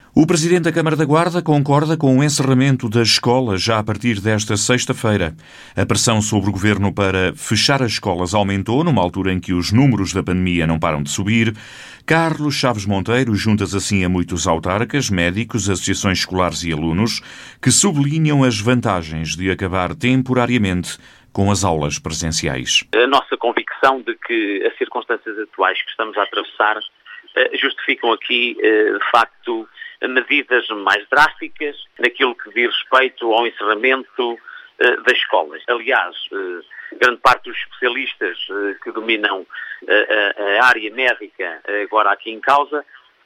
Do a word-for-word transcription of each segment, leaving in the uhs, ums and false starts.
O Presidente da Câmara da Guarda concorda com o encerramento das escolas já a partir desta sexta-feira. A pressão sobre o Governo para fechar as escolas aumentou numa altura em que os números da pandemia não param de subir. Carlos Chaves Monteiro junta-se assim a muitos autarcas, médicos, associações escolares e alunos que sublinham as vantagens de acabar temporariamente com as aulas presenciais. A nossa convicção de que as circunstâncias atuais que estamos a atravessar justificam aqui, de facto, medidas mais drásticas naquilo que diz respeito ao encerramento uh, das escolas. Aliás, uh, grande parte dos especialistas uh, que dominam uh, a, a área médica uh, agora aqui em causa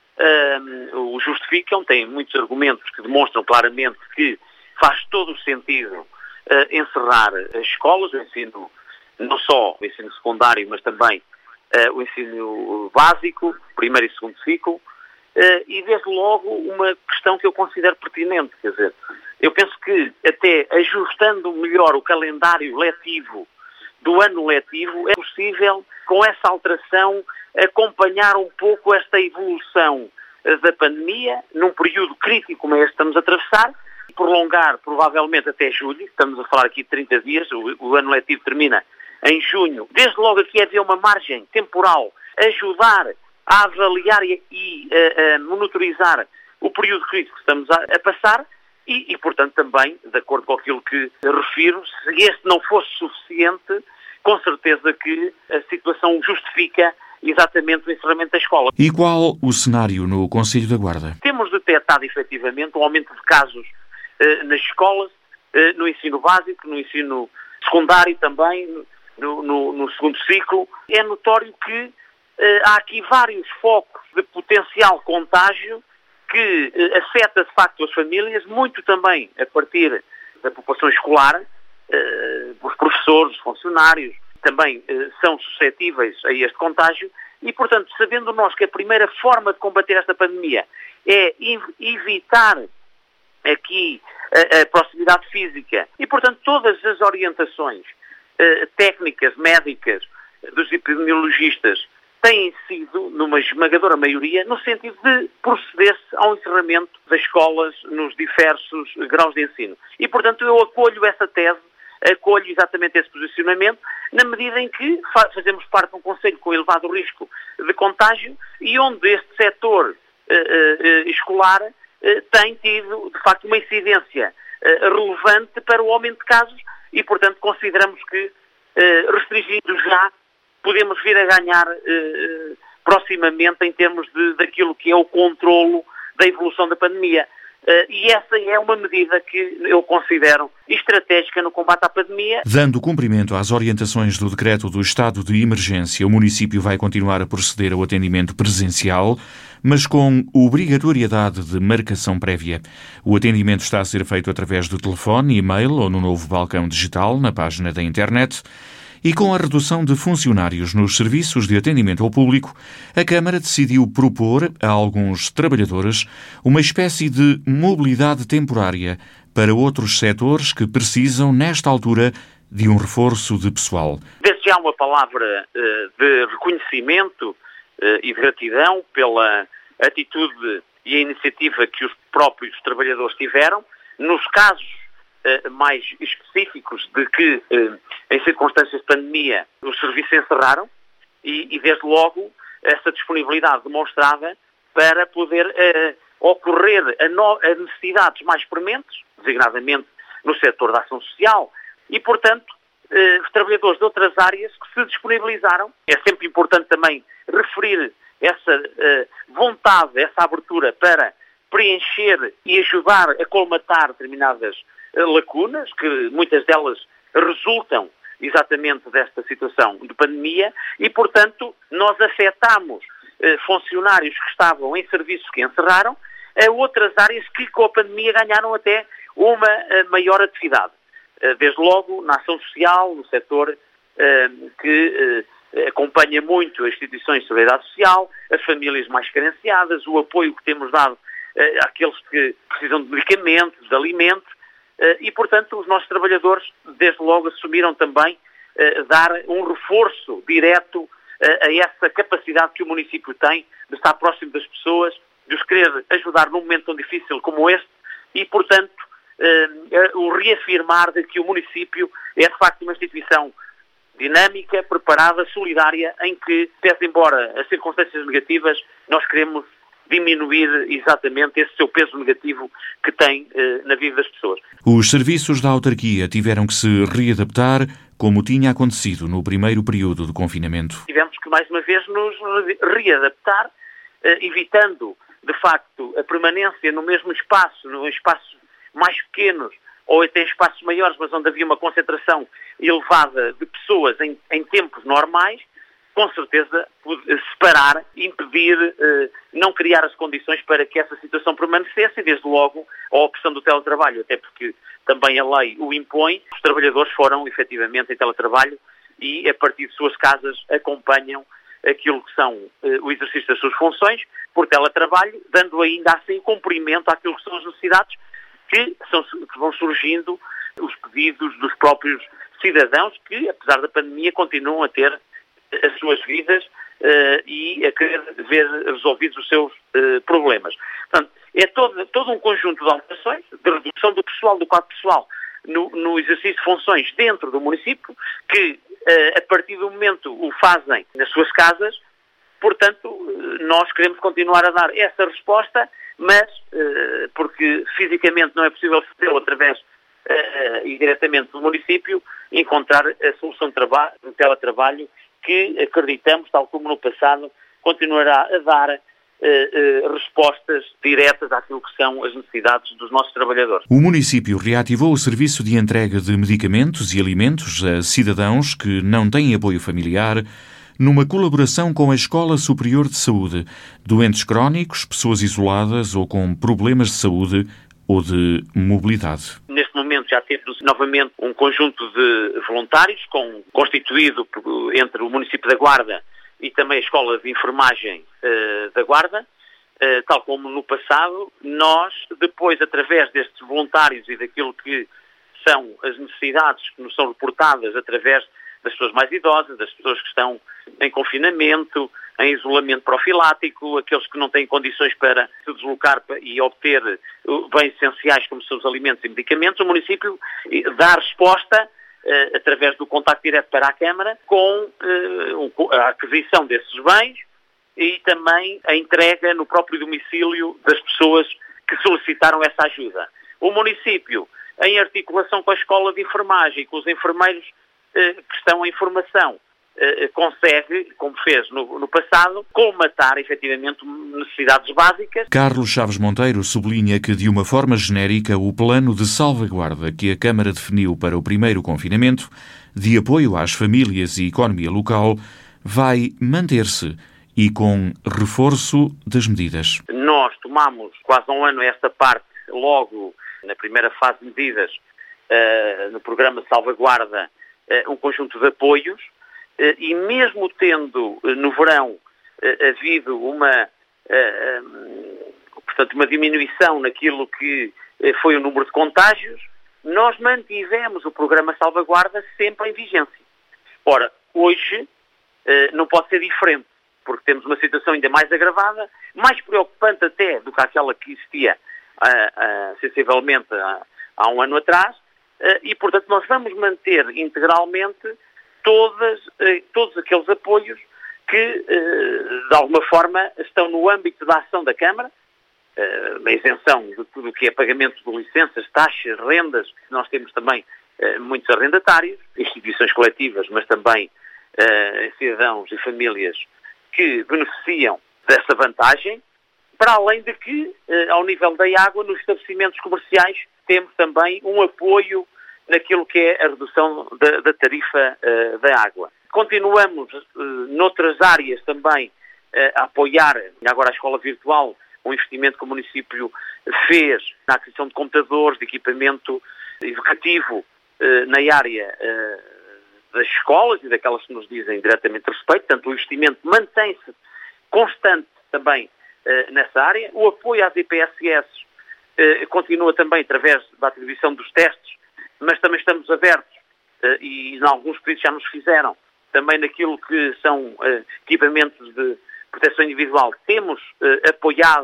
uh, o justificam, têm muitos argumentos que demonstram claramente que faz todo o sentido uh, encerrar as escolas, o ensino, não só o ensino secundário, mas também uh, o ensino básico, primeiro e segundo ciclo. Uh, e, desde logo, uma questão que eu considero pertinente, quer dizer, eu penso que até ajustando melhor o calendário letivo do ano letivo, é possível, com essa alteração, acompanhar um pouco esta evolução uh, da pandemia, num período crítico como este que estamos a atravessar, prolongar provavelmente até julho, estamos a falar aqui de trinta dias, o, o ano letivo termina em junho, desde logo aqui havia uma margem temporal, ajudar a avaliar e, e a, a monitorizar o período crítico que estamos a, a passar e, e, portanto, também, de acordo com aquilo que refiro, se este não fosse suficiente, com certeza que a situação justifica exatamente o encerramento da escola. E qual o cenário no Conselho da Guarda? Temos detectado, efetivamente, um aumento de casos eh, nas escolas, eh, no ensino básico, no ensino secundário também, no, no, no segundo ciclo. É notório que Uh, há aqui vários focos de potencial contágio que uh, afeta, de facto, as famílias, muito também a partir da população escolar, uh, os professores, os funcionários, também uh, são suscetíveis a este contágio e, portanto, sabendo nós que a primeira forma de combater esta pandemia é evitar aqui a, a proximidade física e, portanto, todas as orientações uh, técnicas, médicas, dos epidemiologistas, têm sido, numa esmagadora maioria, no sentido de proceder-se ao encerramento das escolas nos diversos graus de ensino. E, portanto, eu acolho essa tese, acolho exatamente esse posicionamento, na medida em que fazemos parte de um concelho com elevado risco de contágio e onde este setor uh, uh, escolar uh, tem tido, de facto, uma incidência uh, relevante para o aumento de casos e, portanto, consideramos que, uh, restringindo já, podemos vir a ganhar eh, proximamente em termos de, daquilo que é o controlo da evolução da pandemia. Uh, e essa é uma medida que eu considero estratégica no combate à pandemia. Dando cumprimento às orientações do decreto do estado de emergência, o município vai continuar a proceder ao atendimento presencial, mas com obrigatoriedade de marcação prévia. O atendimento está a ser feito através do telefone, e-mail ou no novo balcão digital na página da internet. E com a redução de funcionários nos serviços de atendimento ao público, a Câmara decidiu propor a alguns trabalhadores uma espécie de mobilidade temporária para outros setores que precisam, nesta altura, de um reforço de pessoal. Desde já uma palavra uh, de reconhecimento uh, e de gratidão pela atitude e a iniciativa que os próprios trabalhadores tiveram. Nos casos mais específicos de que, em circunstâncias de pandemia, os serviços se encerraram e, e, desde logo, essa disponibilidade demonstrada para poder uh, ocorrer a, no, a necessidades mais prementes, designadamente no setor da ação social, e, portanto, uh, os trabalhadores de outras áreas que se disponibilizaram. É sempre importante também referir essa uh, vontade, essa abertura para preencher e ajudar a colmatar determinadas lacunas, que muitas delas resultam exatamente desta situação de pandemia e, portanto, nós afetamos eh, funcionários que estavam em serviços que encerraram a outras áreas que com a pandemia ganharam até uma eh, maior atividade. Eh, desde logo na ação social, no setor eh, que eh, acompanha muito as instituições de solidariedade social, as famílias mais carenciadas, o apoio que temos dado eh, àqueles que precisam de medicamentos, de alimentos. Uh, e, portanto, os nossos trabalhadores, desde logo, assumiram também uh, dar um reforço direto uh, a essa capacidade que o município tem de estar próximo das pessoas de os querer ajudar num momento tão difícil como este e, portanto, o reafirmar de que o município é, de facto, uma instituição dinâmica, preparada, solidária, em que, pese embora as circunstâncias negativas, nós queremos diminuir exatamente esse seu peso negativo que tem eh, na vida das pessoas. Os serviços da autarquia tiveram que se readaptar, como tinha acontecido no primeiro período de confinamento. Tivemos que, mais uma vez, nos readaptar, eh, evitando, de facto, a permanência no mesmo espaço, num espaços mais pequenos, ou até em espaços maiores, mas onde havia uma concentração elevada de pessoas em, em tempos normais, com certeza separar, impedir, eh, não criar as condições para que essa situação permanecesse e, desde logo, a opção do teletrabalho, até porque também a lei o impõe, os trabalhadores foram efetivamente em teletrabalho e, a partir de suas casas, acompanham aquilo que são eh, o exercício das suas funções por teletrabalho, dando ainda assim cumprimento àquilo que são as necessidades que, são, que vão surgindo, os pedidos dos próprios cidadãos que, apesar da pandemia, continuam a ter as suas vidas uh, e a querer ver resolvidos os seus uh, problemas. Portanto, é todo, todo um conjunto de alterações, de redução do pessoal, do quadro pessoal, no, no exercício de funções dentro do município, que uh, a partir do momento o fazem nas suas casas. Portanto, uh, nós queremos continuar a dar essa resposta, mas, uh, porque fisicamente não é possível fazê-lo através uh, e diretamente do município, encontrar a solução de, trabalho, de teletrabalho que acreditamos, tal como no passado, continuará a dar uh, uh, respostas diretas àquilo que são as necessidades dos nossos trabalhadores. O município reativou o serviço de entrega de medicamentos e alimentos a cidadãos que não têm apoio familiar, numa colaboração com a Escola Superior de Saúde, doentes crónicos, pessoas isoladas ou com problemas de saúde ou de mobilidade. Neste momento já temos novamente um conjunto de voluntários com, constituído por, entre o município da Guarda e também a Escola de Enfermagem uh, da Guarda. Uh, tal como no passado, nós depois, através destes voluntários e daquilo que são as necessidades que nos são reportadas através das pessoas mais idosas, das pessoas que estão em confinamento, em isolamento profilático, aqueles que não têm condições para se deslocar e obter bens essenciais como são os alimentos e medicamentos, o município dá resposta, eh, através do contacto direto para a Câmara, com eh, a aquisição desses bens e também a entrega no próprio domicílio das pessoas que solicitaram essa ajuda. O município, em articulação com a Escola de Enfermagem e com os enfermeiros eh, que estão em formação, Uh, consegue, como fez no, no passado, colmatar efetivamente necessidades básicas. Carlos Chaves Monteiro sublinha que, de uma forma genérica, o plano de salvaguarda que a Câmara definiu para o primeiro confinamento, de apoio às famílias e economia local, vai manter-se e com reforço das medidas. Nós tomamos quase há um ano esta parte, logo na primeira fase de medidas, uh, no programa de salvaguarda, uh, um conjunto de apoios. E mesmo tendo no verão havido uma, portanto, uma diminuição naquilo que foi o número de contágios, nós mantivemos o programa Salvaguarda sempre em vigência. Ora, hoje não pode ser diferente, porque temos uma situação ainda mais agravada, mais preocupante até do que aquela que existia sensivelmente há um ano atrás, e portanto nós vamos manter integralmente Todas, todos aqueles apoios que, de alguma forma, estão no âmbito da ação da Câmara, na isenção de tudo o que é pagamento de licenças, taxas, rendas. Nós temos também muitos arrendatários, instituições coletivas, mas também cidadãos e famílias que beneficiam dessa vantagem, para além de que, ao nível da água, nos estabelecimentos comerciais, temos também um apoio naquilo que é a redução da, da tarifa uh, da água. Continuamos, uh, noutras áreas também, uh, a apoiar, agora a escola virtual, um investimento que o município fez na aquisição de computadores, de equipamento educativo uh, na área uh, das escolas e daquelas que nos dizem diretamente respeito. Portanto, o investimento mantém-se constante também uh, nessa área. O apoio às I P S S uh, continua também através da atribuição dos testes, mas também estamos abertos, uh, e em alguns pedidos já nos fizeram, também naquilo que são uh, equipamentos de proteção individual. Temos uh, apoiado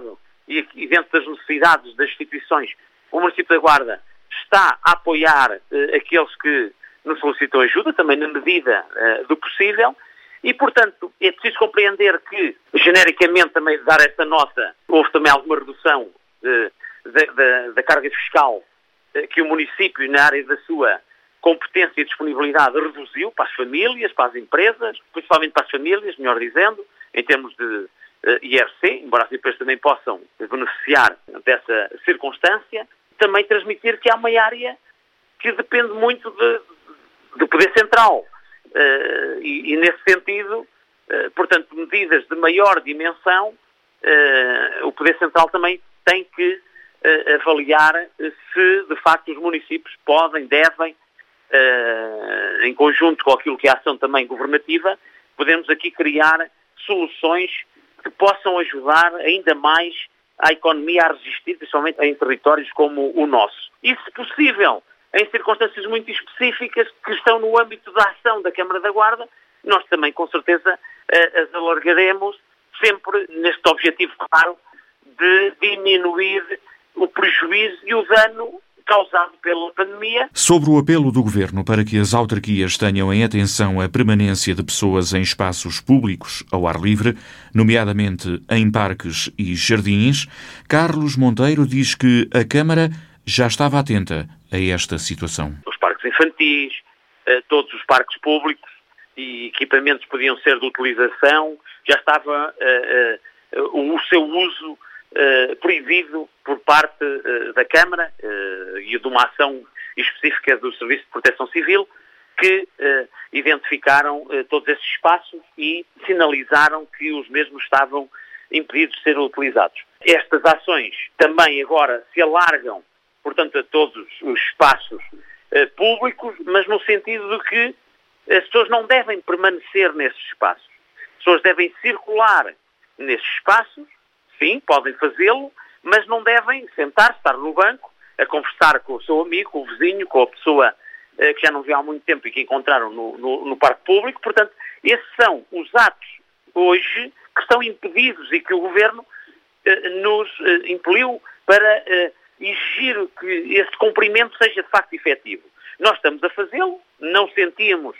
e, e dentro das necessidades das instituições, o município da Guarda está a apoiar uh, aqueles que nos solicitam ajuda, também na medida uh, do possível, e, portanto, é preciso compreender que, genericamente, também dar esta nota, houve também alguma redução uh, da, da, da carga fiscal uh, que o município, na área da sua competência e disponibilidade, reduziu para as famílias, para as empresas, principalmente para as famílias, melhor dizendo, em termos de uh, I R C, embora as empresas também possam beneficiar dessa circunstância. Também transmitir que há uma área que depende muito de, do Poder Central. Uh, e, e, nesse sentido, uh, portanto, medidas de maior dimensão, uh, o Poder Central também tem que uh, avaliar se, de facto, os municípios podem, devem, uh, em conjunto com aquilo que é a ação também governativa, podemos aqui criar soluções que possam ajudar ainda mais a economia a resistir, principalmente em territórios como o nosso. E, se possível, em circunstâncias muito específicas que estão no âmbito da ação da Câmara da Guarda, nós também, com certeza, as alargaremos, sempre neste objetivo claro de diminuir o prejuízo e o dano causado pela pandemia. Sobre o apelo do Governo para que as autarquias tenham em atenção a permanência de pessoas em espaços públicos ao ar livre, nomeadamente em parques e jardins, Carlos Monteiro diz que a Câmara já estava atenta a esta situação. Os parques infantis, todos os parques públicos e equipamentos podiam ser de utilização, já estava uh, uh, o seu uso Uh, proibido por parte uh, da Câmara uh, e de uma ação específica do Serviço de Proteção Civil que uh, identificaram uh, todos esses espaços e sinalizaram que os mesmos estavam impedidos de ser utilizados. Estas ações também agora se alargam, portanto, a todos os espaços uh, públicos, mas no sentido de que as pessoas não devem permanecer nesses espaços. As pessoas devem circular nesses espaços. Sim, podem fazê-lo, mas não devem sentar, estar no banco, a conversar com o seu amigo, com o vizinho, com a pessoa eh, que já não viu há muito tempo e que encontraram no, no, no parque público. Portanto, esses são os atos hoje que estão impedidos e que o Governo eh, nos eh, impeliu para eh, exigir que esse cumprimento seja de facto efetivo. Nós estamos a fazê-lo, não sentíamos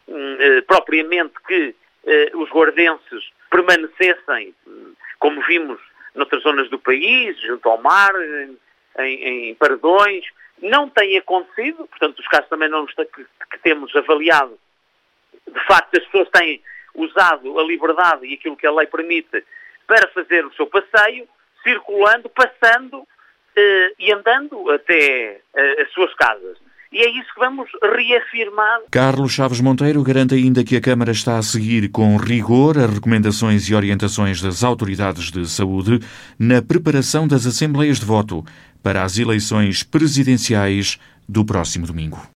eh, propriamente que eh, os guardenses permanecessem, como vimos noutras zonas do país, junto ao mar, em, em paredões. Não tem acontecido, portanto, os casos também não que, que temos avaliado, de facto, as pessoas têm usado a liberdade e aquilo que a lei permite para fazer o seu passeio, circulando, passando eh, e andando até eh, as suas casas. E é isso que vamos reafirmar. Carlos Chaves Monteiro garante ainda que a Câmara está a seguir com rigor as recomendações e orientações das autoridades de saúde na preparação das assembleias de voto para as eleições presidenciais do próximo domingo.